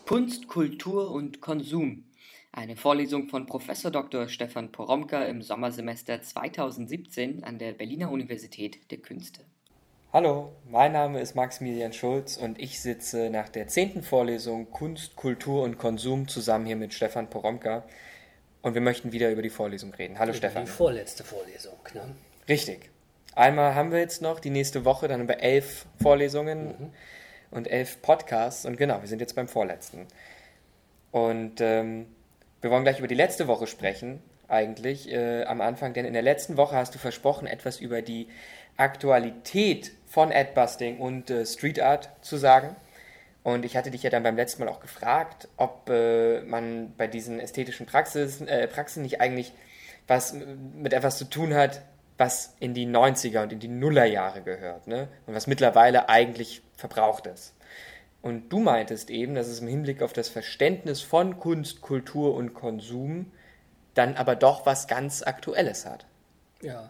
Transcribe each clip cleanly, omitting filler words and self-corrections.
Kunst, Kultur und Konsum. Eine Vorlesung von Prof. Dr. Stefan Poromka im Sommersemester 2017 an der Berliner Universität der Künste. Hallo, mein Name ist Maximilian Schulz und ich sitze nach der 10. Vorlesung Kunst, Kultur und Konsum zusammen hier mit Stefan Poromka und wir möchten wieder über die Vorlesung reden. Hallo Stefan. Die vorletzte Vorlesung, ne? Richtig. Einmal haben wir jetzt noch die nächste Woche, dann haben wir 11 Vorlesungen und 11 Podcasts und genau, wir sind jetzt beim vorletzten. Und wir wollen gleich über die letzte Woche sprechen, eigentlich am Anfang, denn in der letzten Woche hast du versprochen, etwas über die Aktualität von Adbusting und Street Art zu sagen. Und ich hatte dich ja dann beim letzten Mal auch gefragt, ob man bei diesen ästhetischen Praxen nicht eigentlich was mit etwas zu tun hat, was in die 90er und in die Nullerjahre gehört, ne? Und was mittlerweile eigentlich verbraucht ist. Und du meintest eben, dass es im Hinblick auf das Verständnis von Kunst, Kultur und Konsum dann aber doch was ganz Aktuelles hat. Ja,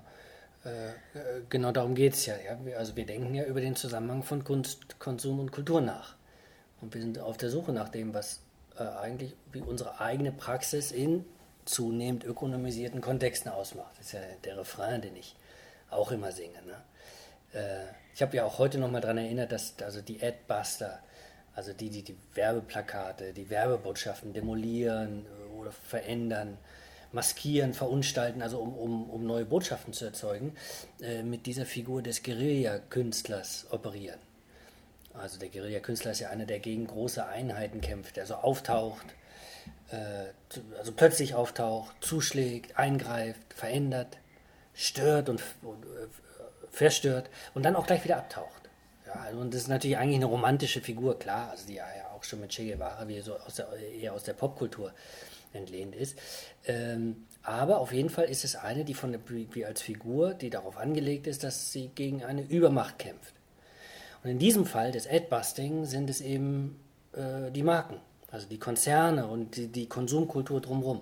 genau darum geht es ja. Also wir denken ja über den Zusammenhang von Kunst, Konsum und Kultur nach. Und wir sind auf der Suche nach dem, was eigentlich wie unsere eigene Praxis in zunehmend ökonomisierten Kontexten ausmacht. Das ist ja der Refrain, den ich auch immer singe. Ne? Ich habe ja auch heute nochmal daran erinnert, dass also die Adbuster, also die Werbeplakate, die Werbebotschaften demolieren oder verändern, maskieren, verunstalten, also um neue Botschaften zu erzeugen, mit dieser Figur des Guerilla-Künstlers operieren. Also der Guerilla-Künstler ist ja einer, der gegen große Einheiten kämpft, der so auftaucht, also plötzlich auftaucht, zuschlägt, eingreift, verändert, stört und verstört und dann auch gleich wieder abtaucht. Ja, und das ist natürlich eigentlich eine romantische Figur, klar, also die ja auch schon mit Che Guevara wie so eher aus der Popkultur entlehnt ist. Aber auf jeden Fall ist es eine, die wie als Figur, die darauf angelegt ist, dass sie gegen eine Übermacht kämpft. Und in diesem Fall des Adbusting sind es eben die Marken, also die Konzerne und die Konsumkultur drumherum,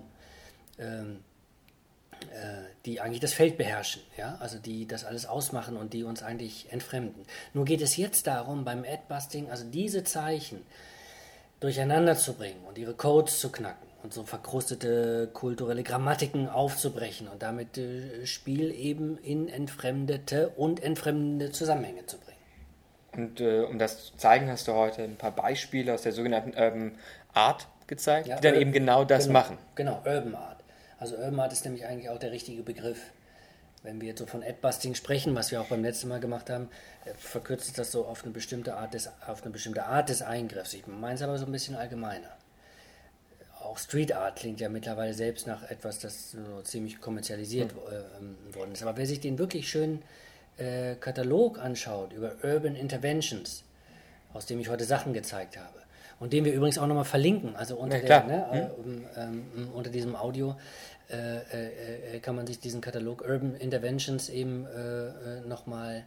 die eigentlich das Feld beherrschen, ja? Also die das alles ausmachen und die uns eigentlich entfremden. Nur geht es jetzt darum, beim Adbusting, also diese Zeichen durcheinander zu bringen und ihre Codes zu knacken und so verkrustete kulturelle Grammatiken aufzubrechen und damit Spiel eben in entfremdete und entfremdende Zusammenhänge zu bringen. Und um das zu zeigen, hast du heute ein paar Beispiele aus der sogenannten Urban Art gezeigt, ja, die dann eben genau das machen. Genau, Urban Art. Also Urban Art ist nämlich eigentlich auch der richtige Begriff. Wenn wir jetzt so von Adbusting sprechen, was wir auch beim letzten Mal gemacht haben, verkürzt das so auf eine bestimmte Art des Eingriffs. Ich meine es aber so ein bisschen allgemeiner. Auch Street Art klingt ja mittlerweile selbst nach etwas, das so ziemlich kommerzialisiert worden ist. Aber wer sich den wirklich schönen Katalog anschaut über Urban Interventions, aus dem ich heute Sachen gezeigt habe und den wir übrigens auch nochmal verlinken, also unter, unter diesem Audio kann man sich diesen Katalog Urban Interventions eben nochmal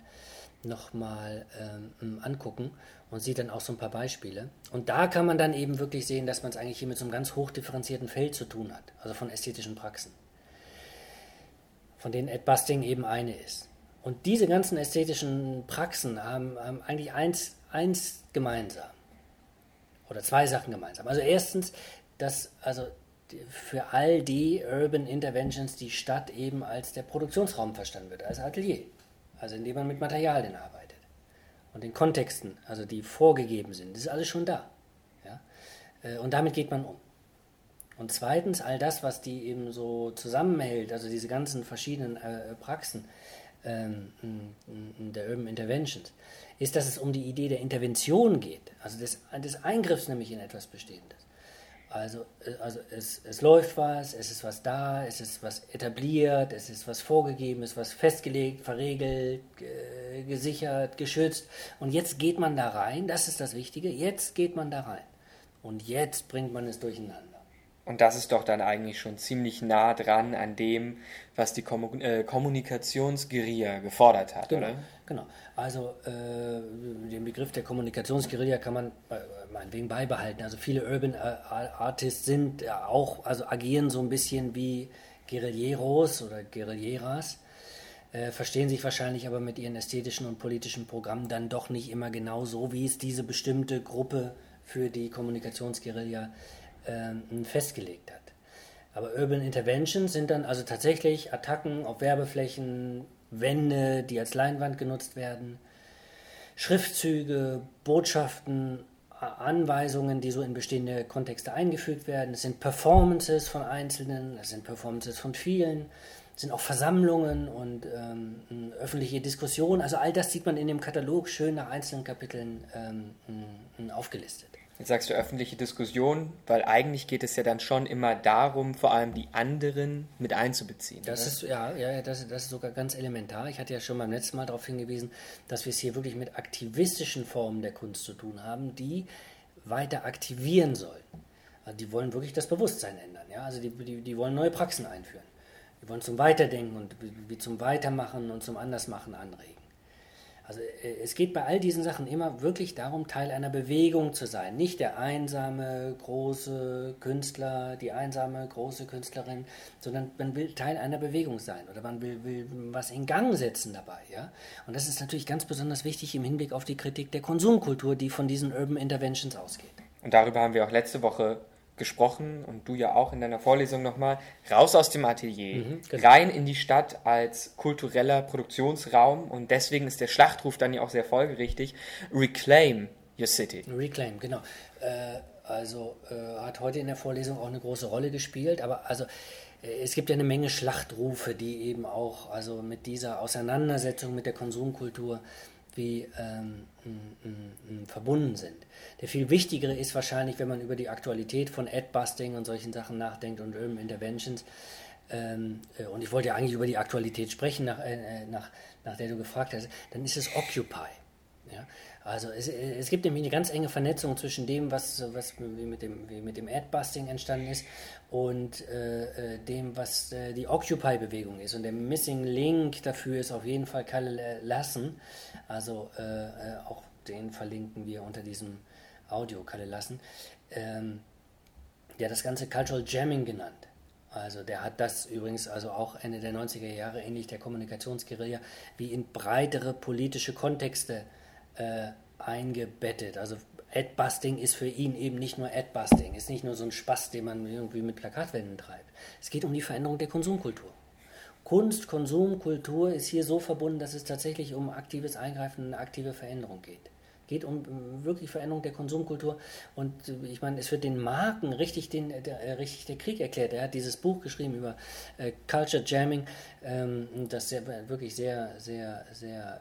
angucken und sieht dann auch so ein paar Beispiele. Und da kann man dann eben wirklich sehen, dass man es eigentlich hier mit so einem ganz hochdifferenzierten Feld zu tun hat, also von ästhetischen Praxen, von denen Adbusting eben eine ist. Und diese ganzen ästhetischen Praxen haben eigentlich eins gemeinsam. Oder zwei Sachen gemeinsam. Also erstens, dass also für all die Urban Interventions die Stadt eben als der Produktionsraum verstanden wird, als Atelier. Also indem man mit Materialien arbeitet. Und den Kontexten, also die vorgegeben sind. Das ist alles schon da. Ja? Und damit geht man um. Und zweitens, all das, was die eben so zusammenhält, also diese ganzen verschiedenen Praxen, der Urban Interventions, ist, dass es um die Idee der Intervention geht, also des Eingriffs nämlich in etwas Bestehendes. Also es läuft was, es ist was da, es ist was etabliert, es ist was vorgegeben, es ist was festgelegt, verregelt, gesichert, geschützt und jetzt geht man da rein, das ist das Wichtige, jetzt geht man da rein und jetzt bringt man es durcheinander. Und das ist doch dann eigentlich schon ziemlich nah dran an dem, was die Kommunikationsguerilla gefordert hat, genau, oder? Genau. Also den Begriff der Kommunikationsguerilla kann man meinetwegen beibehalten. Also viele Urban Artists sind auch, also agieren so ein bisschen wie Guerilleros oder Guerilleras, verstehen sich wahrscheinlich aber mit ihren ästhetischen und politischen Programmen dann doch nicht immer genau so, wie es diese bestimmte Gruppe für die Kommunikationsguerilla festgelegt hat. Aber Urban Interventions sind dann also tatsächlich Attacken auf Werbeflächen, Wände, die als Leinwand genutzt werden, Schriftzüge, Botschaften, Anweisungen, die so in bestehende Kontexte eingefügt werden. Es sind Performances von Einzelnen, es sind Performances von vielen, es sind auch Versammlungen und öffentliche Diskussionen. Also all das sieht man in dem Katalog schön nach einzelnen Kapiteln aufgelistet. Jetzt sagst du öffentliche Diskussion, weil eigentlich geht es ja dann schon immer darum, vor allem die anderen mit einzubeziehen. Das ist sogar ganz elementar. Ich hatte ja schon beim letzten Mal darauf hingewiesen, dass wir es hier wirklich mit aktivistischen Formen der Kunst zu tun haben, die weiter aktivieren sollen. Also die wollen wirklich das Bewusstsein ändern. Ja? Also die wollen neue Praxen einführen. Die wollen zum Weiterdenken und zum Weitermachen und zum Andersmachen anregen. Also es geht bei all diesen Sachen immer wirklich darum, Teil einer Bewegung zu sein. Nicht der einsame, große Künstler, die einsame, große Künstlerin, sondern man will Teil einer Bewegung sein oder man will was in Gang setzen dabei. Ja? Und das ist natürlich ganz besonders wichtig im Hinblick auf die Kritik der Konsumkultur, die von diesen Urban Interventions ausgeht. Und darüber haben wir auch letzte Woche gesprochen und du ja auch in deiner Vorlesung nochmal, raus aus dem Atelier, genau. rein in die Stadt als kultureller Produktionsraum und deswegen ist der Schlachtruf dann ja auch sehr folgerichtig, Reclaim your city. Reclaim, genau. Hat heute in der Vorlesung auch eine große Rolle gespielt, aber also es gibt ja eine Menge Schlachtrufe, die eben auch also mit dieser Auseinandersetzung mit der Konsumkultur verbunden sind. Der viel wichtigere ist wahrscheinlich, wenn man über die Aktualität von Adbusting und solchen Sachen nachdenkt und Urban Interventions. Und ich wollte ja eigentlich über die Aktualität sprechen, nach der du gefragt hast, dann ist es Occupy. Ja? Also es gibt nämlich eine ganz enge Vernetzung zwischen dem, was wie mit dem Adbusting entstanden ist und dem, was die Occupy-Bewegung ist. Und der Missing Link dafür ist auf jeden Fall Kalle Lassen. Also auch den verlinken wir unter diesem Audio, Kalle Lassen. Der hat das ganze Cultural Jamming genannt. Also der hat das übrigens also auch Ende der 90er Jahre, ähnlich der Kommunikationsguerilla, wie in breitere politische Kontexte eingebettet. Also Adbusting ist für ihn eben nicht nur Adbusting, ist nicht nur so ein Spaß, den man irgendwie mit Plakatwänden treibt. Es geht um die Veränderung der Konsumkultur. Kunst, Konsum, Kultur ist hier so verbunden, dass es tatsächlich um aktives Eingreifen, eine aktive Veränderung geht. Es geht um wirklich Veränderung der Konsumkultur und ich meine, es wird den Marken richtig der Krieg erklärt. Er hat dieses Buch geschrieben über Culture Jamming, das wirklich sehr, sehr, sehr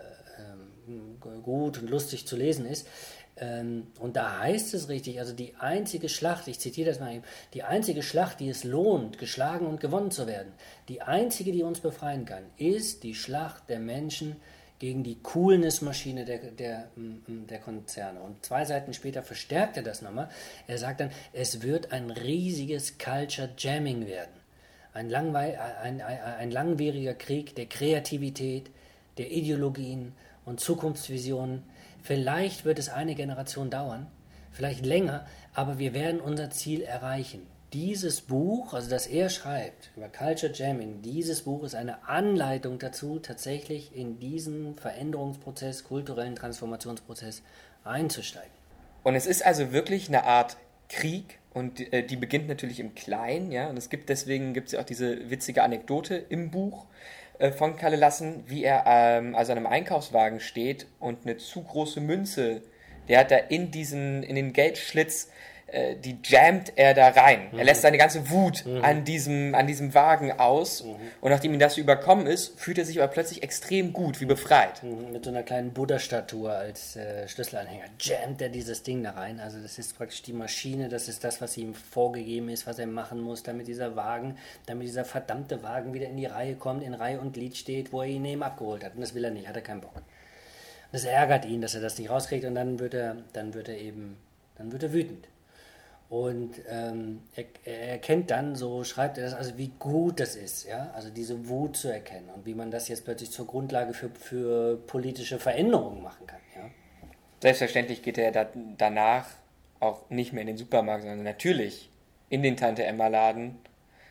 gut und lustig zu lesen ist. Und da heißt es richtig, also die einzige Schlacht, ich zitiere das mal eben, die einzige Schlacht, die es lohnt, geschlagen und gewonnen zu werden, die einzige, die uns befreien kann, ist die Schlacht der Menschen gegen die Coolness-Maschine der Konzerne. Und 2 Seiten später verstärkt er das nochmal. Er sagt dann, es wird ein riesiges Culture Jamming werden. Ein langwieriger Krieg der Kreativität, der Ideologien und Zukunftsvisionen. Vielleicht wird es eine Generation dauern, vielleicht länger, aber wir werden unser Ziel erreichen. Dieses Buch, also das er schreibt über Culture Jamming, dieses Buch ist eine Anleitung dazu, tatsächlich in diesen Veränderungsprozess, kulturellen Transformationsprozess einzusteigen. Und es ist also wirklich eine Art Krieg und die beginnt natürlich im Kleinen, ja, und deswegen gibt es ja auch diese witzige Anekdote im Buch von Kalle Lassen, wie er also an einem Einkaufswagen steht und eine zu große Münze, der hat da in den Geldschlitz, die jammt er da rein. Er lässt seine ganze Wut an diesem Wagen aus und nachdem ihm das überkommen ist, fühlt er sich aber plötzlich extrem gut, wie befreit. Mit so einer kleinen Buddha-Statue als Schlüsselanhänger jammt er dieses Ding da rein. Also das ist praktisch die Maschine, das ist das, was ihm vorgegeben ist, was er machen muss, damit dieser verdammte Wagen wieder in die Reihe kommt, in Reihe und Glied steht, wo er ihn eben abgeholt hat. Und das will er nicht, hat er keinen Bock. Das ärgert ihn, dass er das nicht rauskriegt und dann wird er wütend. Und er erkennt dann, so schreibt er das, also wie gut das ist, ja, also diese Wut zu erkennen und wie man das jetzt plötzlich zur Grundlage für politische Veränderungen machen kann, ja. Selbstverständlich geht er danach auch nicht mehr in den Supermarkt, sondern natürlich in den Tante-Emma-Laden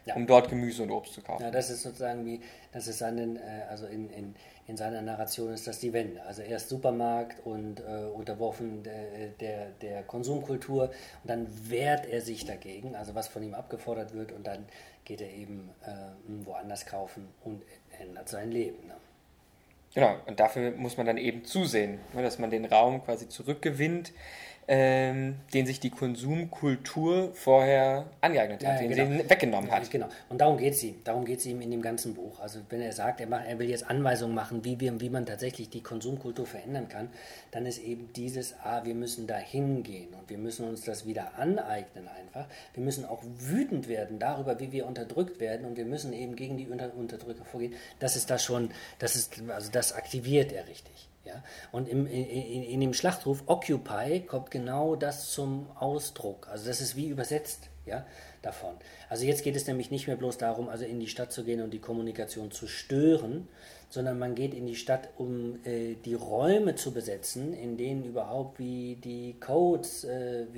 um dort Gemüse und Obst zu kaufen. Ja, das ist sozusagen das ist also in seiner Narration ist das die Wende. Also erst Supermarkt und unterworfen der Konsumkultur und dann wehrt er sich dagegen, also was von ihm abgefordert wird und dann geht er eben woanders kaufen und ändert sein Leben. Ne? Genau, und dafür muss man dann eben zusehen, dass man den Raum quasi zurückgewinnt, den sich die Konsumkultur vorher angeeignet hat, den sie weggenommen hat. Genau, und darum geht es ihm. Darum geht es ihm in dem ganzen Buch. Also wenn er sagt, er will jetzt Anweisungen machen, wie man tatsächlich die Konsumkultur verändern kann, dann ist eben dieses, wir müssen da hingehen und wir müssen uns das wieder aneignen einfach. Wir müssen auch wütend werden darüber, wie wir unterdrückt werden und wir müssen eben gegen die Unterdrücker vorgehen. Das aktiviert er richtig. Ja? Und in dem Schlachtruf Occupy kommt genau das zum Ausdruck. Also das ist wie übersetzt, ja, davon. Also jetzt geht es nämlich nicht mehr bloß darum, also in die Stadt zu gehen und die Kommunikation zu stören, sondern man geht in die Stadt, um die Räume zu besetzen, in denen überhaupt wie die Codes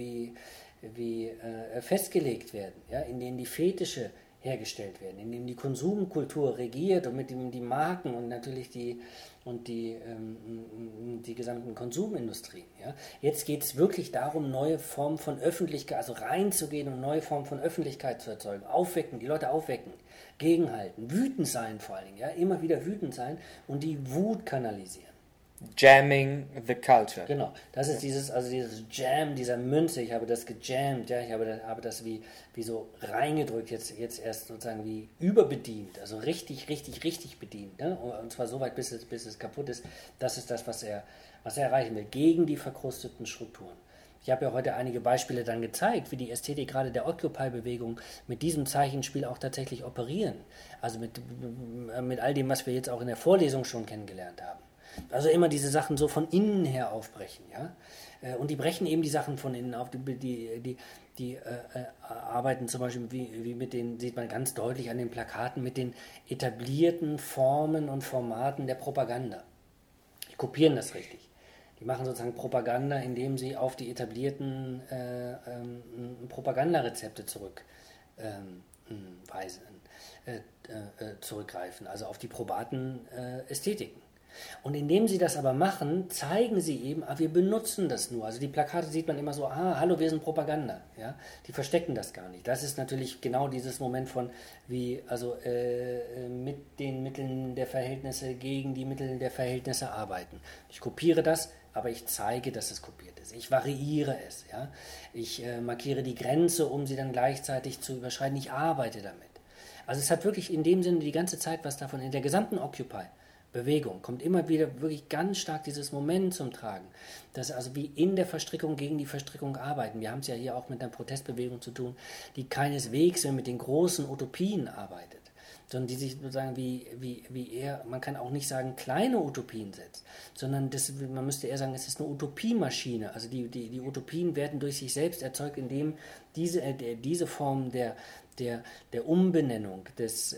festgelegt werden, ja, in denen die Fetische hergestellt werden, in denen die Konsumkultur regiert und mit dem die Marken und natürlich die gesamten Konsumindustrien. Ja. Jetzt geht es wirklich darum, neue Formen von Öffentlichkeit, also reinzugehen und neue Formen von Öffentlichkeit zu erzeugen, aufwecken, die Leute aufwecken, gegenhalten, wütend sein vor allen Dingen, ja, immer wieder wütend sein und die Wut kanalisieren. Jamming the culture. Genau, das ist dieses Jam dieser Münze, ich habe das gejammt, ja, ich habe das wie so reingedrückt, jetzt erst sozusagen wie überbedient, also richtig bedient, ne? Und zwar so weit, bis es kaputt ist. Das ist das, was er erreichen will, gegen die verkrusteten Strukturen. Ich habe ja heute einige Beispiele dann gezeigt, wie die Ästhetik gerade der Occupy-Bewegung mit diesem Zeichenspiel auch tatsächlich operieren. Also mit all dem, was wir jetzt auch in der Vorlesung schon kennengelernt haben. Also immer diese Sachen so von innen her aufbrechen, ja. Und die brechen eben die Sachen von innen auf, die arbeiten zum Beispiel wie mit den, sieht man ganz deutlich an den Plakaten, mit den etablierten Formen und Formaten der Propaganda. Die kopieren das richtig. Die machen sozusagen Propaganda, indem sie auf die etablierten Propagandarezepte zurückgreifen, also auf die probaten Ästhetiken. Und indem sie das aber machen, zeigen sie eben, wir benutzen das nur. Also die Plakate sieht man immer so, hallo, wir sind Propaganda. Ja? Die verstecken das gar nicht. Das ist natürlich genau dieses Moment von, mit den Mitteln der Verhältnisse gegen die Mittel der Verhältnisse arbeiten. Ich kopiere das, aber ich zeige, dass es kopiert ist. Ich variiere es. Ja? Ich markiere die Grenze, um sie dann gleichzeitig zu überschreiten. Ich arbeite damit. Also es hat wirklich in dem Sinne die ganze Zeit was davon, in der gesamten Occupy-Bewegung kommt immer wieder wirklich ganz stark dieses Moment zum Tragen, dass also wie in der Verstrickung gegen die Verstrickung arbeiten. Wir haben es ja hier auch mit einer Protestbewegung zu tun, die keineswegs mehr mit den großen Utopien arbeitet, sondern die sich sozusagen wie eher, man kann auch nicht sagen kleine Utopien setzt, sondern man müsste eher sagen, es ist eine Utopiemaschine. Also die Utopien werden durch sich selbst erzeugt, indem diese Form der Umbenennung, des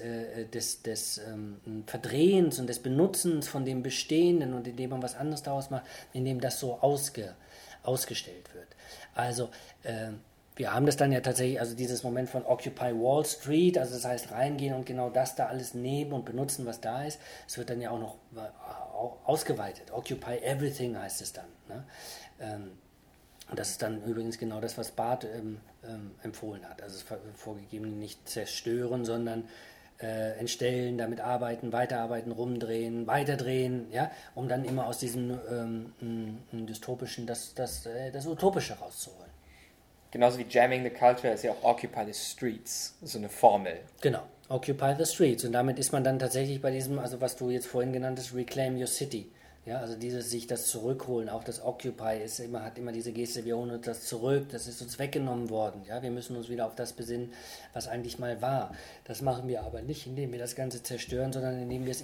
Verdrehens und des Benutzens von dem Bestehenden und indem man was anderes daraus macht, indem das so ausgestellt wird. Also wir haben das dann ja tatsächlich, also dieses Moment von Occupy Wall Street, also das heißt reingehen und genau das da alles nehmen und benutzen, was da ist. Es wird dann ja auch noch ausgeweitet. Occupy Everything heißt es dann. Ne? Und das ist dann übrigens genau das, was Barth empfohlen hat. Also vorgegeben, nicht zerstören, sondern entstellen, damit arbeiten, weiterarbeiten, rumdrehen, weiterdrehen, ja, um dann immer aus diesem Dystopischen das Utopische rauszuholen. Genauso wie Jamming the Culture ist ja auch Occupy the Streets, so eine Formel. Genau, Occupy the Streets. Und damit ist man dann tatsächlich bei diesem, also was du jetzt vorhin genannt hast, Reclaim Your City. Ja, also dieses sich das zurückholen, auch das Occupy hat immer diese Geste, wir holen uns das zurück, das ist uns weggenommen worden. Ja, wir müssen uns wieder auf das besinnen, was eigentlich mal war. Das machen wir aber nicht, indem wir das Ganze zerstören, sondern indem wir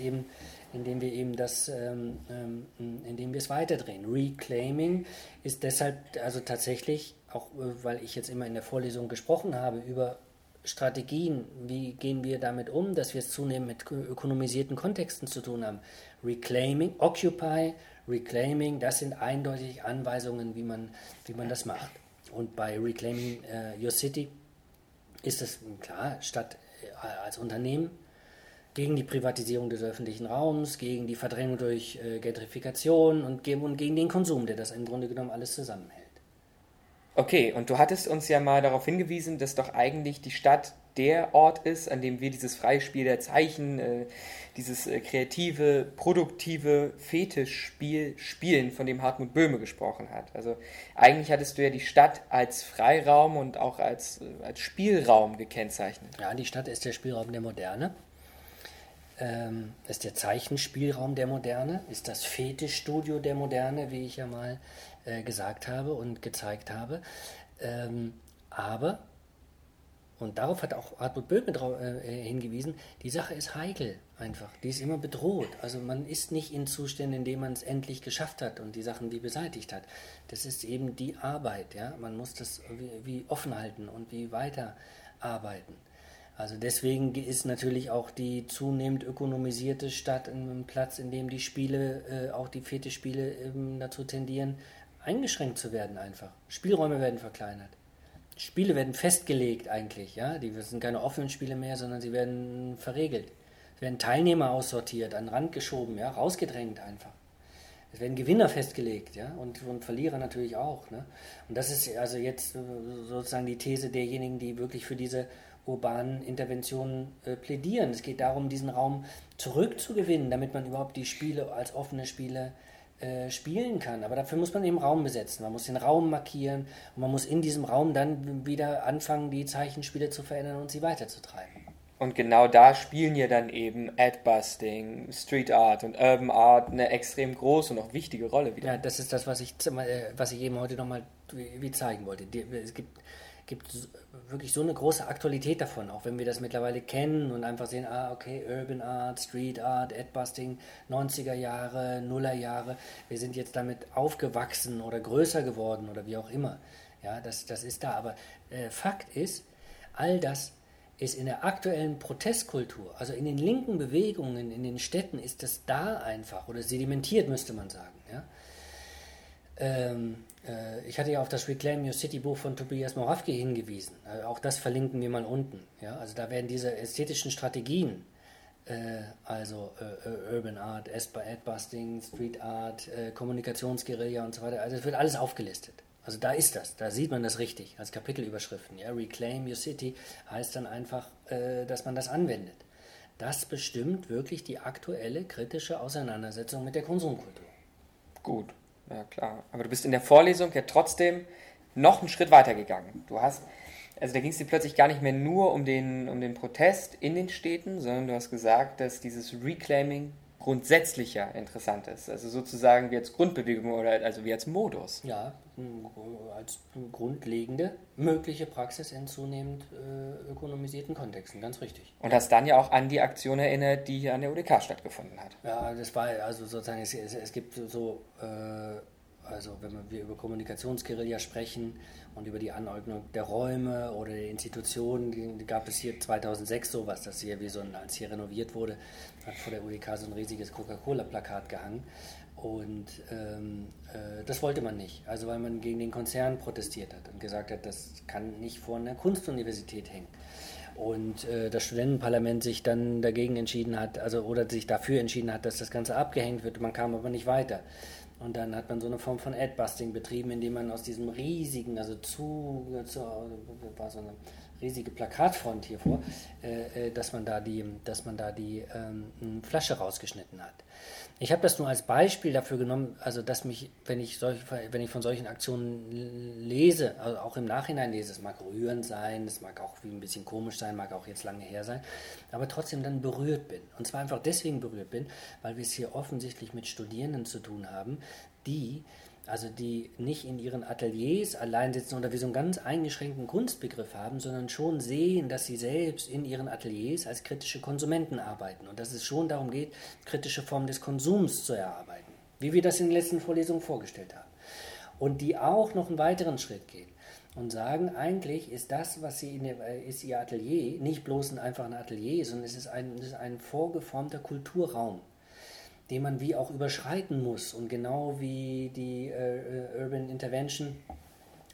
es weiterdrehen. Reclaiming ist deshalb also tatsächlich, auch weil ich jetzt immer in der Vorlesung gesprochen habe über Strategien, wie gehen wir damit um, dass wir es zunehmend mit ökonomisierten Kontexten zu tun haben. Reclaiming, Occupy, Reclaiming, das sind eindeutig Anweisungen, wie man das macht. Und bei Reclaiming Your City ist es klar, statt als Unternehmen, gegen die Privatisierung des öffentlichen Raums, gegen die Verdrängung durch Gentrifikation und gegen den Konsum, der das im Grunde genommen alles zusammenhält. Okay, und du hattest uns ja mal darauf hingewiesen, dass doch eigentlich die Stadt der Ort ist, an dem wir dieses freie Spiel der Zeichen, dieses kreative, produktive Fetischspiel spielen, von dem Hartmut Böhme gesprochen hat. Also eigentlich hattest du ja die Stadt als Freiraum und auch als Spielraum gekennzeichnet. Ja, die Stadt ist der Spielraum der Moderne. Ist der Zeichenspielraum der Moderne, ist das Fetischstudio der Moderne, wie ich ja mal gesagt habe und gezeigt habe. Aber, und darauf hat auch Hartmut Böhme hingewiesen, die Sache ist heikel einfach, die ist immer bedroht. Also man ist nicht in Zuständen, in denen man es endlich geschafft hat und die Sachen wie beseitigt hat. Das ist eben die Arbeit, ja. Man muss das wie offen halten und wie weiterarbeiten. Also deswegen ist natürlich auch die zunehmend ökonomisierte Stadt ein Platz, in dem die Spiele, auch die Fetischspiele dazu tendieren, eingeschränkt zu werden einfach. Spielräume werden verkleinert. Spiele werden festgelegt eigentlich, ja. Die sind keine offenen Spiele mehr, sondern sie werden verregelt. Es werden Teilnehmer aussortiert, an den Rand geschoben, ja, rausgedrängt einfach. Es werden Gewinner festgelegt, ja, und Verlierer natürlich auch, ne? Und das ist also jetzt sozusagen die These derjenigen, die wirklich für diese urbanen Interventionen plädieren. Es geht darum, diesen Raum zurückzugewinnen, damit man überhaupt die Spiele als offene Spiele spielen kann. Aber dafür muss man eben Raum besetzen. Man muss den Raum markieren und man muss in diesem Raum dann wieder anfangen, die Zeichenspiele zu verändern und sie weiterzutreiben. Und genau da spielen ja dann eben Adbusting, Street Art und Urban Art eine extrem große und auch wichtige Rolle wieder. Ja, das ist das, was ich eben heute nochmal wie zeigen wollte. Es gibt wirklich so eine große Aktualität davon, auch wenn wir das mittlerweile kennen und einfach sehen, okay, Urban Art, Street Art, Adbusting, 90er Jahre, Nuller Jahre, wir sind jetzt damit aufgewachsen oder größer geworden oder wie auch immer. Ja, das ist da, aber Fakt ist, all das ist in der aktuellen Protestkultur, also in den linken Bewegungen, in den Städten, ist das da einfach oder sedimentiert, müsste man sagen. Ja? Ich hatte ja auf das Reclaim Your City Buch von Tobias Morawski hingewiesen. Auch das verlinken wir mal unten. Ja? Also da werden diese ästhetischen Strategien, Urban Art, Adbusting, Street Art, Kommunikationsguerilla und so weiter, also es wird alles aufgelistet. Also da ist das, da sieht man das richtig als Kapitelüberschriften. Ja? Reclaim Your City heißt dann einfach, dass man das anwendet. Das bestimmt wirklich die aktuelle kritische Auseinandersetzung mit der Konsumkultur. Gut. Ja, klar. Aber du bist in der Vorlesung ja trotzdem noch einen Schritt weiter gegangen. Da ging es dir plötzlich gar nicht mehr nur um den Protest in den Städten, sondern du hast gesagt, dass dieses Reclaiming grundsätzlicher interessant ist. Also sozusagen wie als Grundbewegung oder also wie als Modus. Ja, als grundlegende mögliche Praxis in zunehmend ökonomisierten Kontexten, ganz richtig. Und hast dann ja auch an die Aktion erinnert, die hier an der UDK stattgefunden hat. Ja, das war also sozusagen, es gibt so, also wenn wir über Kommunikationsguerilla sprechen und über die Anordnung der Räume oder der Institutionen, gab es hier 2006 sowas, das hier als hier renoviert wurde, hat vor der UDK so ein riesiges Coca-Cola-Plakat gehangen. Und das wollte man nicht, also weil man gegen den Konzern protestiert hat und gesagt hat, das kann nicht vor einer Kunstuniversität hängen. Und das Studentenparlament sich dann dagegen entschieden hat, oder sich dafür entschieden hat, dass das Ganze abgehängt wird, man kam aber nicht weiter. Und dann hat man so eine Form von Adbusting betrieben, indem man aus diesem riesigen, war so eine riesige Plakatfront hier vor, dass man da die Flasche rausgeschnitten hat. Ich habe das nur als Beispiel dafür genommen, also dass mich, wenn ich von solchen Aktionen lese, also auch im Nachhinein lese, es mag rührend sein, es mag auch wie ein bisschen komisch sein, mag auch jetzt lange her sein, aber trotzdem dann berührt bin. Und zwar einfach deswegen berührt bin, weil wir es hier offensichtlich mit Studierenden zu tun haben, die nicht in ihren Ateliers allein sitzen oder wie so einen ganz eingeschränkten Kunstbegriff haben, sondern schon sehen, dass sie selbst in ihren Ateliers als kritische Konsumenten arbeiten und dass es schon darum geht, kritische Formen des Konsums zu erarbeiten, wie wir das in den letzten Vorlesungen vorgestellt haben. Und die auch noch einen weiteren Schritt gehen und sagen, eigentlich ist das, was sie ist ihr Atelier, nicht bloß einfach ein Atelier, sondern es ist ein vorgeformter Kulturraum, den man wie auch überschreiten muss. Und genau wie die Urban Intervention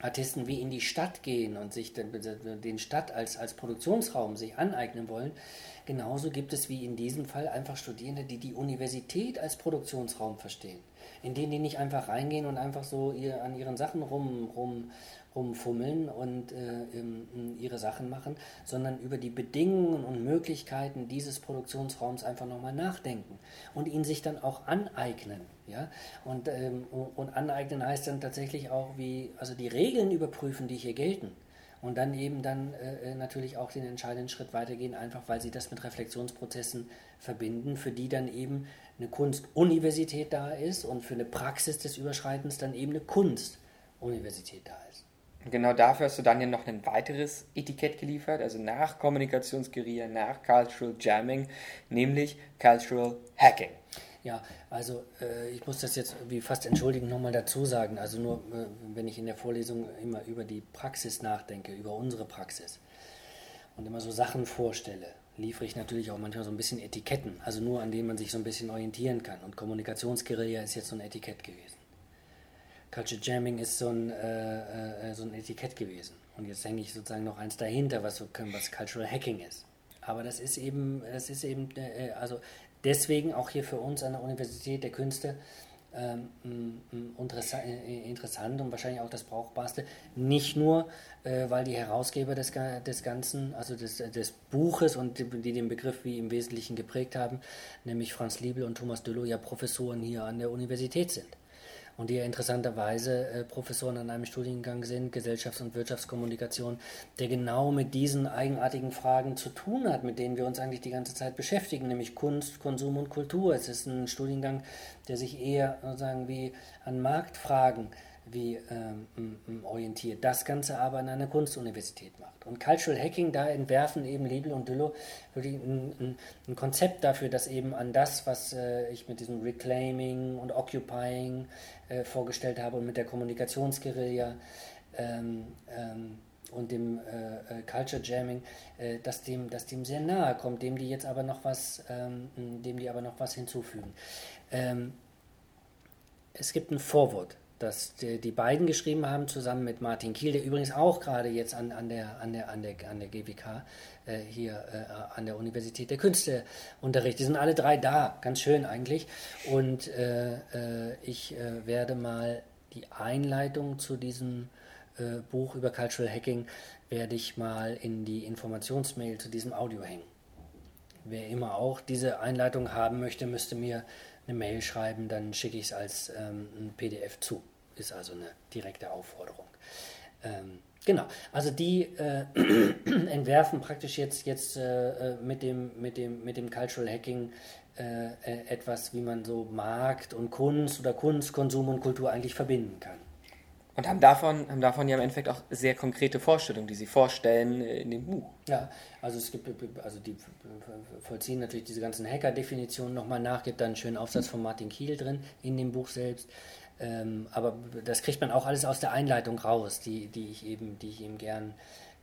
Artisten wie in die Stadt gehen und sich den Stadt als Produktionsraum sich aneignen wollen, genauso gibt es wie in diesem Fall einfach Studierende, die die Universität als Produktionsraum verstehen, in denen die nicht einfach reingehen und einfach so an ihren Sachen rumfummeln und ihre Sachen machen, sondern über die Bedingungen und Möglichkeiten dieses Produktionsraums einfach nochmal nachdenken und ihn sich dann auch aneignen. Ja? Und aneignen heißt dann tatsächlich auch, also die Regeln überprüfen, die hier gelten. Und dann natürlich auch den entscheidenden Schritt weitergehen, einfach weil sie das mit Reflexionsprozessen verbinden, für die dann eben eine Kunstuniversität da ist und für eine Praxis des Überschreitens dann eben eine Kunstuniversität da ist. Genau dafür hast du dann ja noch ein weiteres Etikett geliefert, also nach Kommunikationsguerilla, nach Cultural Jamming, nämlich Cultural Hacking. Ja, also ich muss das jetzt wie fast entschuldigend nochmal dazu sagen, also nur wenn ich in der Vorlesung immer über die Praxis nachdenke, über unsere Praxis und immer so Sachen vorstelle, liefere ich natürlich auch manchmal so ein bisschen Etiketten, also nur an denen man sich so ein bisschen orientieren kann, und Kommunikationsguerilla ist jetzt so ein Etikett gewesen. Culture Jamming ist so ein Etikett gewesen, und jetzt denke ich sozusagen noch eins dahinter, was Cultural Hacking ist. Aber das ist eben also deswegen auch hier für uns an der Universität der Künste interessant und wahrscheinlich auch das Brauchbarste. Nicht nur, weil die Herausgeber des Ganzen, also des Buches und die den Begriff wie im Wesentlichen geprägt haben, nämlich Franz Liebel und Thomas Düllow, ja Professoren hier an der Universität sind. Und die ja interessanterweise Professoren an einem Studiengang sind, Gesellschafts- und Wirtschaftskommunikation, der genau mit diesen eigenartigen Fragen zu tun hat, mit denen wir uns eigentlich die ganze Zeit beschäftigen, nämlich Kunst, Konsum und Kultur. Es ist ein Studiengang, der sich eher sozusagen wie an Marktfragen orientiert, das Ganze aber an einer Kunstuniversität macht. Und Cultural Hacking, da entwerfen eben Liebel und Düllow wirklich ein Konzept dafür, das eben an das, was ich mit diesem Reclaiming und Occupying vorgestellt habe und mit der Kommunikationsguerilla und dem Culture Jamming, dass dem sehr nahe kommt, dem die aber noch was hinzufügen. Es gibt ein Vorwort, das die beiden geschrieben haben, zusammen mit Martin Kiel, der übrigens auch gerade jetzt an der GWK hier an der Universität der Künste unterrichtet. Die sind alle drei da, ganz schön eigentlich. Und ich werde mal die Einleitung zu diesem Buch über Cultural Hacking werde ich mal in die Informationsmail zu diesem Audio hängen. Wer immer auch diese Einleitung haben möchte, müsste mir eine Mail schreiben, dann schicke ich es als ein PDF zu. Ist also eine direkte Aufforderung. Genau, also die entwerfen praktisch jetzt mit dem Cultural Hacking etwas, wie man so Markt und Kunst oder Kunst, Konsum und Kultur eigentlich verbinden kann. Und haben davon ja im Endeffekt auch sehr konkrete Vorstellungen, die sie vorstellen in dem Buch. Ja, also die vollziehen natürlich diese ganzen Hacker-Definitionen nochmal nach, gibt da einen schönen Aufsatz von Martin Kiel drin in dem Buch selbst. Aber das kriegt man auch alles aus der Einleitung raus, die ich ihm gern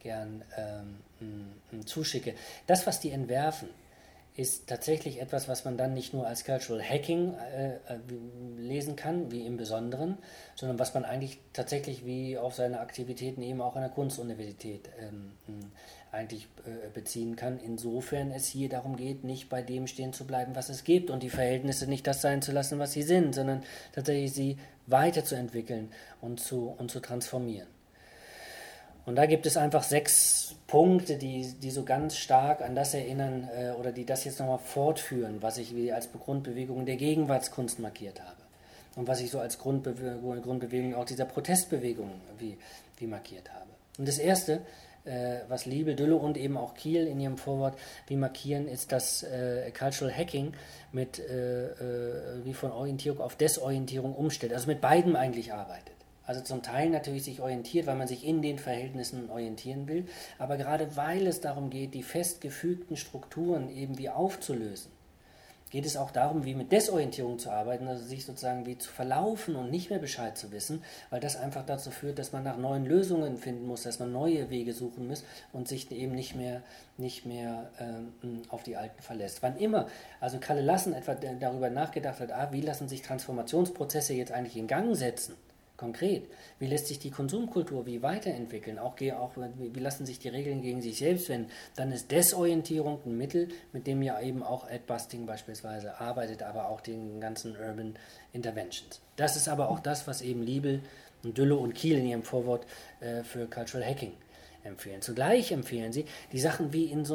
zuschicke. Das, was die entwerfen, ist tatsächlich etwas, was man dann nicht nur als Cultural Hacking lesen kann, wie im Besonderen, sondern was man eigentlich tatsächlich wie auf seine Aktivitäten eben auch an der Kunstuniversität eigentlich beziehen kann. Insofern es hier darum geht, nicht bei dem stehen zu bleiben, was es gibt und die Verhältnisse nicht das sein zu lassen, was sie sind, sondern tatsächlich sie weiterzuentwickeln und zu transformieren. Und da gibt es einfach 6 Punkte, die so ganz stark an das erinnern oder die das jetzt nochmal fortführen, was ich wie als Grundbewegung der Gegenwartskunst markiert habe. Und was ich so als Grundbewegung auch dieser Protestbewegung wie markiert habe. Und das Erste, was Liebel, Düllow und eben auch Kiel in ihrem Vorwort wie markieren, ist, dass Cultural Hacking wie von Orientierung auf Desorientierung umstellt, also mit beidem eigentlich arbeitet. Also zum Teil natürlich sich orientiert, weil man sich in den Verhältnissen orientieren will, aber gerade weil es darum geht, die festgefügten Strukturen eben wie aufzulösen, geht es auch darum, wie mit Desorientierung zu arbeiten, also sich sozusagen wie zu verlaufen und nicht mehr Bescheid zu wissen, weil das einfach dazu führt, dass man nach neuen Lösungen finden muss, dass man neue Wege suchen muss und sich eben nicht mehr auf die alten verlässt. Wann immer, also Kalle Lassen etwa darüber nachgedacht hat, wie lassen sich Transformationsprozesse jetzt eigentlich in Gang setzen, Konkret, wie lässt sich die Konsumkultur wie weiterentwickeln? Wie lassen sich die Regeln gegen sich selbst wenden? Dann ist Desorientierung ein Mittel, mit dem ja eben auch Adbusting beispielsweise arbeitet, aber auch den ganzen Urban Interventions. Das ist aber auch das, was eben Liebel und Düllow und Kiel in ihrem Vorwort für Cultural Hacking empfehlen. Zugleich empfehlen sie, die Sachen wie in so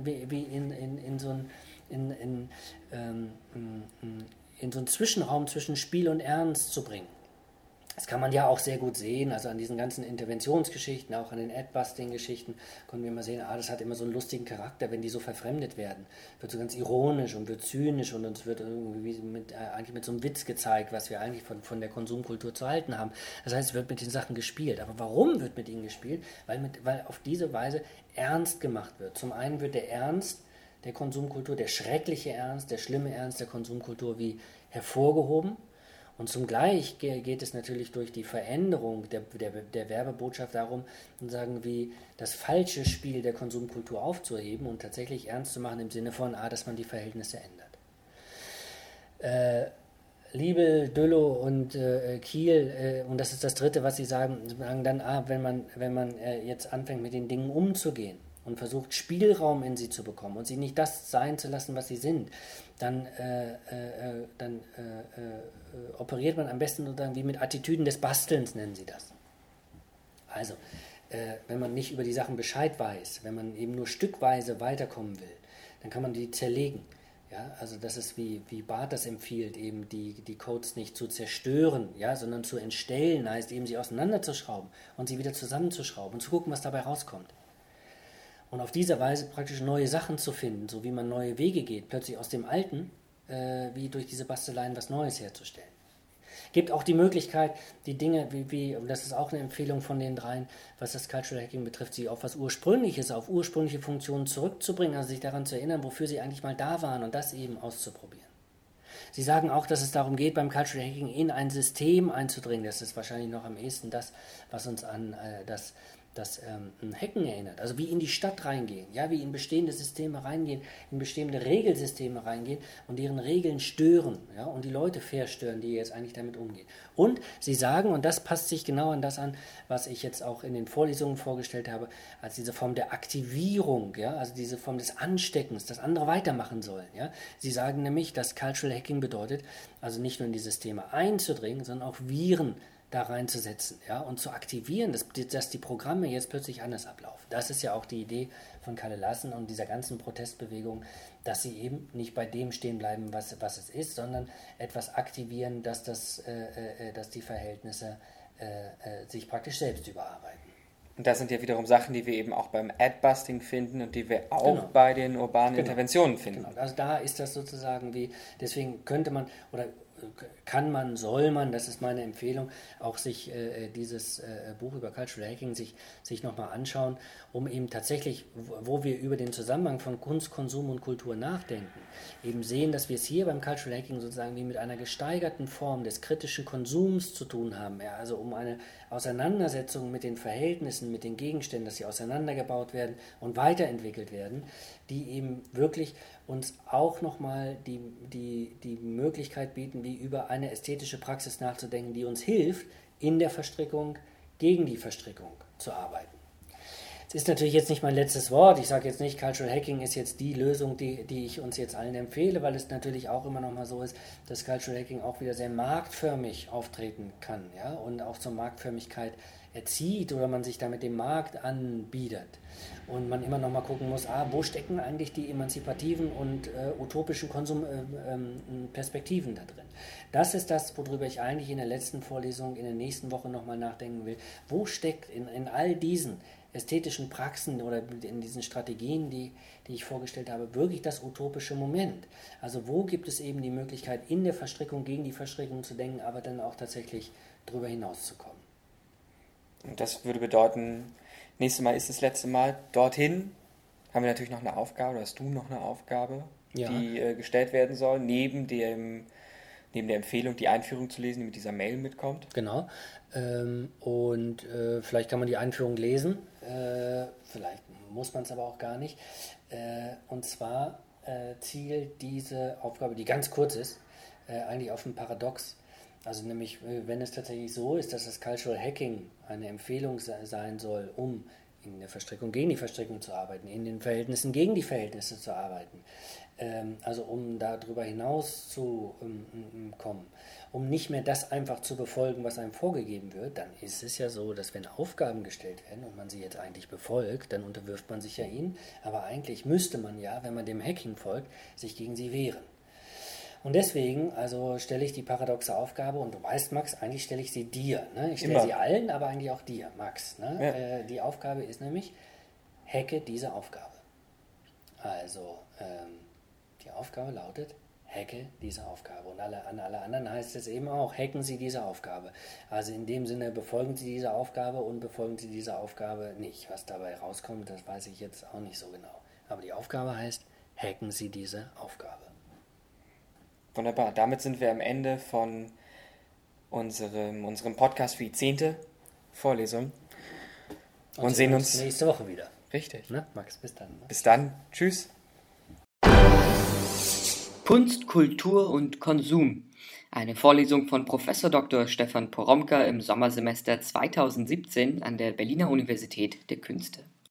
einen Zwischenraum zwischen Spiel und Ernst zu bringen. Das kann man ja auch sehr gut sehen, also an diesen ganzen Interventionsgeschichten, auch an den Ad-Busting-Geschichten, konnten wir immer sehen, das hat immer so einen lustigen Charakter, wenn die so verfremdet werden. Wird so ganz ironisch und wird zynisch und uns wird irgendwie eigentlich mit so einem Witz gezeigt, was wir eigentlich von der Konsumkultur zu halten haben. Das heißt, es wird mit den Sachen gespielt. Aber warum wird mit ihnen gespielt? Weil auf diese Weise ernst gemacht wird. Zum einen wird der Ernst der Konsumkultur, der schreckliche Ernst, der schlimme Ernst der Konsumkultur wie hervorgehoben. Und zugleich geht es natürlich durch die Veränderung der Werbebotschaft darum, wie das falsche Spiel der Konsumkultur aufzuheben und tatsächlich ernst zu machen im Sinne von, dass man die Verhältnisse ändert. Liebel, Düllow und Kiel, und das ist das Dritte, was sie sagen dann, wenn man jetzt anfängt, mit den Dingen umzugehen und versucht, Spielraum in sie zu bekommen und sie nicht das sein zu lassen, was sie sind, dann operiert man am besten sozusagen wie mit Attitüden des Bastelns, nennen sie das. Also, wenn man nicht über die Sachen Bescheid weiß, wenn man eben nur stückweise weiterkommen will, dann kann man die zerlegen. Ja, also das ist wie Barth das empfiehlt, eben die Codes nicht zu zerstören, ja, sondern zu entstellen, heißt eben sie auseinanderzuschrauben und sie wieder zusammenzuschrauben und zu gucken, was dabei rauskommt. Und auf diese Weise praktisch neue Sachen zu finden, so wie man neue Wege geht, plötzlich aus dem Alten, wie durch diese Basteleien was Neues herzustellen. Gibt auch die Möglichkeit, die Dinge, und das ist auch eine Empfehlung von den dreien, was das Cultural Hacking betrifft, sie auf was Ursprüngliches, auf ursprüngliche Funktionen zurückzubringen, also sich daran zu erinnern, wofür sie eigentlich mal da waren und das eben auszuprobieren. Sie sagen auch, dass es darum geht, beim Cultural Hacking in ein System einzudringen. Das ist wahrscheinlich noch am ehesten das, was uns an das Hacken erinnert, also wie in die Stadt reingehen, ja, wie in bestehende Systeme reingehen, in bestehende Regelsysteme reingehen und deren Regeln stören, ja, und die Leute verstören, die jetzt eigentlich damit umgehen. Und sie sagen, und das passt sich genau an das an, was ich jetzt auch in den Vorlesungen vorgestellt habe, als diese Form der Aktivierung, ja, also diese Form des Ansteckens, dass andere weitermachen sollen, ja. Sie sagen nämlich, dass Cultural Hacking bedeutet, also nicht nur in die Systeme einzudringen, sondern auch Viren da reinzusetzen, ja, und zu aktivieren, dass die Programme jetzt plötzlich anders ablaufen. Das ist ja auch die Idee von Kalle Lassen und dieser ganzen Protestbewegung, dass sie eben nicht bei dem stehen bleiben, was es ist, sondern etwas aktivieren, dass die Verhältnisse sich praktisch selbst überarbeiten. Und das sind ja wiederum Sachen, die wir eben auch beim Adbusting finden und die wir auch bei den urbanen Interventionen finden. Genau, also da ist das sozusagen deswegen könnte man, oder kann man, soll man, das ist meine Empfehlung, auch sich dieses Buch über Cultural Hacking sich nochmal anschauen, um eben tatsächlich, wo wir über den Zusammenhang von Kunst, Konsum und Kultur nachdenken, eben sehen, dass wir es hier beim Cultural Hacking sozusagen wie mit einer gesteigerten Form des kritischen Konsums zu tun haben, ja, also um eine Auseinandersetzung mit den Verhältnissen, mit den Gegenständen, dass sie auseinandergebaut werden und weiterentwickelt werden, die eben wirklich uns auch nochmal die Möglichkeit bieten, wie über eine ästhetische Praxis nachzudenken, die uns hilft, in der Verstrickung gegen die Verstrickung zu arbeiten. Es ist natürlich jetzt nicht mein letztes Wort. Ich sage jetzt nicht, Cultural Hacking ist jetzt die Lösung, die ich uns jetzt allen empfehle, weil es natürlich auch immer noch mal so ist, dass Cultural Hacking auch wieder sehr marktförmig auftreten kann, ja, und auch zur Marktförmigkeit erzieht oder man sich da mit dem Markt anbietet. Und man immer noch mal gucken muss, wo stecken eigentlich die emanzipativen und utopischen Perspektiven da drin. Das ist das, worüber ich eigentlich in der letzten Vorlesung in der nächsten Woche noch mal nachdenken will. Wo steckt in all diesen ästhetischen Praxen oder in diesen Strategien, die ich vorgestellt habe, wirklich das utopische Moment? Also wo gibt es eben die Möglichkeit, in der Verstrickung gegen die Verstrickung zu denken, aber dann auch tatsächlich darüber hinauszukommen? Und das würde bedeuten, nächstes Mal ist das letzte Mal. Dorthin haben wir natürlich noch eine Aufgabe, oder hast du noch eine Aufgabe, die gestellt werden soll, neben der Empfehlung, die Einführung zu lesen, die mit dieser Mail mitkommt. Genau. Und vielleicht kann man die Einführung lesen, vielleicht muss man es aber auch gar nicht. Und zwar zielt diese Aufgabe, die ganz kurz ist, eigentlich auf ein Paradox, Also nämlich, wenn es tatsächlich so ist, dass das Cultural Hacking eine Empfehlung sein soll, um in der Verstrickung gegen die Verstrickung zu arbeiten, in den Verhältnissen gegen die Verhältnisse zu arbeiten, also um darüber hinaus zu kommen, um nicht mehr das einfach zu befolgen, was einem vorgegeben wird, dann ist es ja so, dass wenn Aufgaben gestellt werden und man sie jetzt eigentlich befolgt, dann unterwirft man sich ja ihnen, aber eigentlich müsste man ja, wenn man dem Hacking folgt, sich gegen sie wehren. Und deswegen, also stelle ich die paradoxe Aufgabe, und du weißt, Max, eigentlich stelle ich sie dir. Ne? Ich stelle sie allen, aber eigentlich auch dir, Max. Ne? Ja. Die Aufgabe ist nämlich, hacke diese Aufgabe. Also, die Aufgabe lautet, hacke diese Aufgabe. Und an alle anderen heißt es eben auch, hacken Sie diese Aufgabe. Also in dem Sinne, befolgen Sie diese Aufgabe und befolgen Sie diese Aufgabe nicht. Was dabei rauskommt, das weiß ich jetzt auch nicht so genau. Aber die Aufgabe heißt, hacken Sie diese Aufgabe. Wunderbar. Damit sind wir am Ende von unserem Podcast für die 10. Vorlesung. Und sehen uns nächste Woche wieder. Richtig. Ne? Max, bis dann. Ne? Bis dann. Tschüss. Kunst, Kultur und Konsum. Eine Vorlesung von Prof. Dr. Stefan Poromka im Sommersemester 2017 an der Berliner Universität der Künste.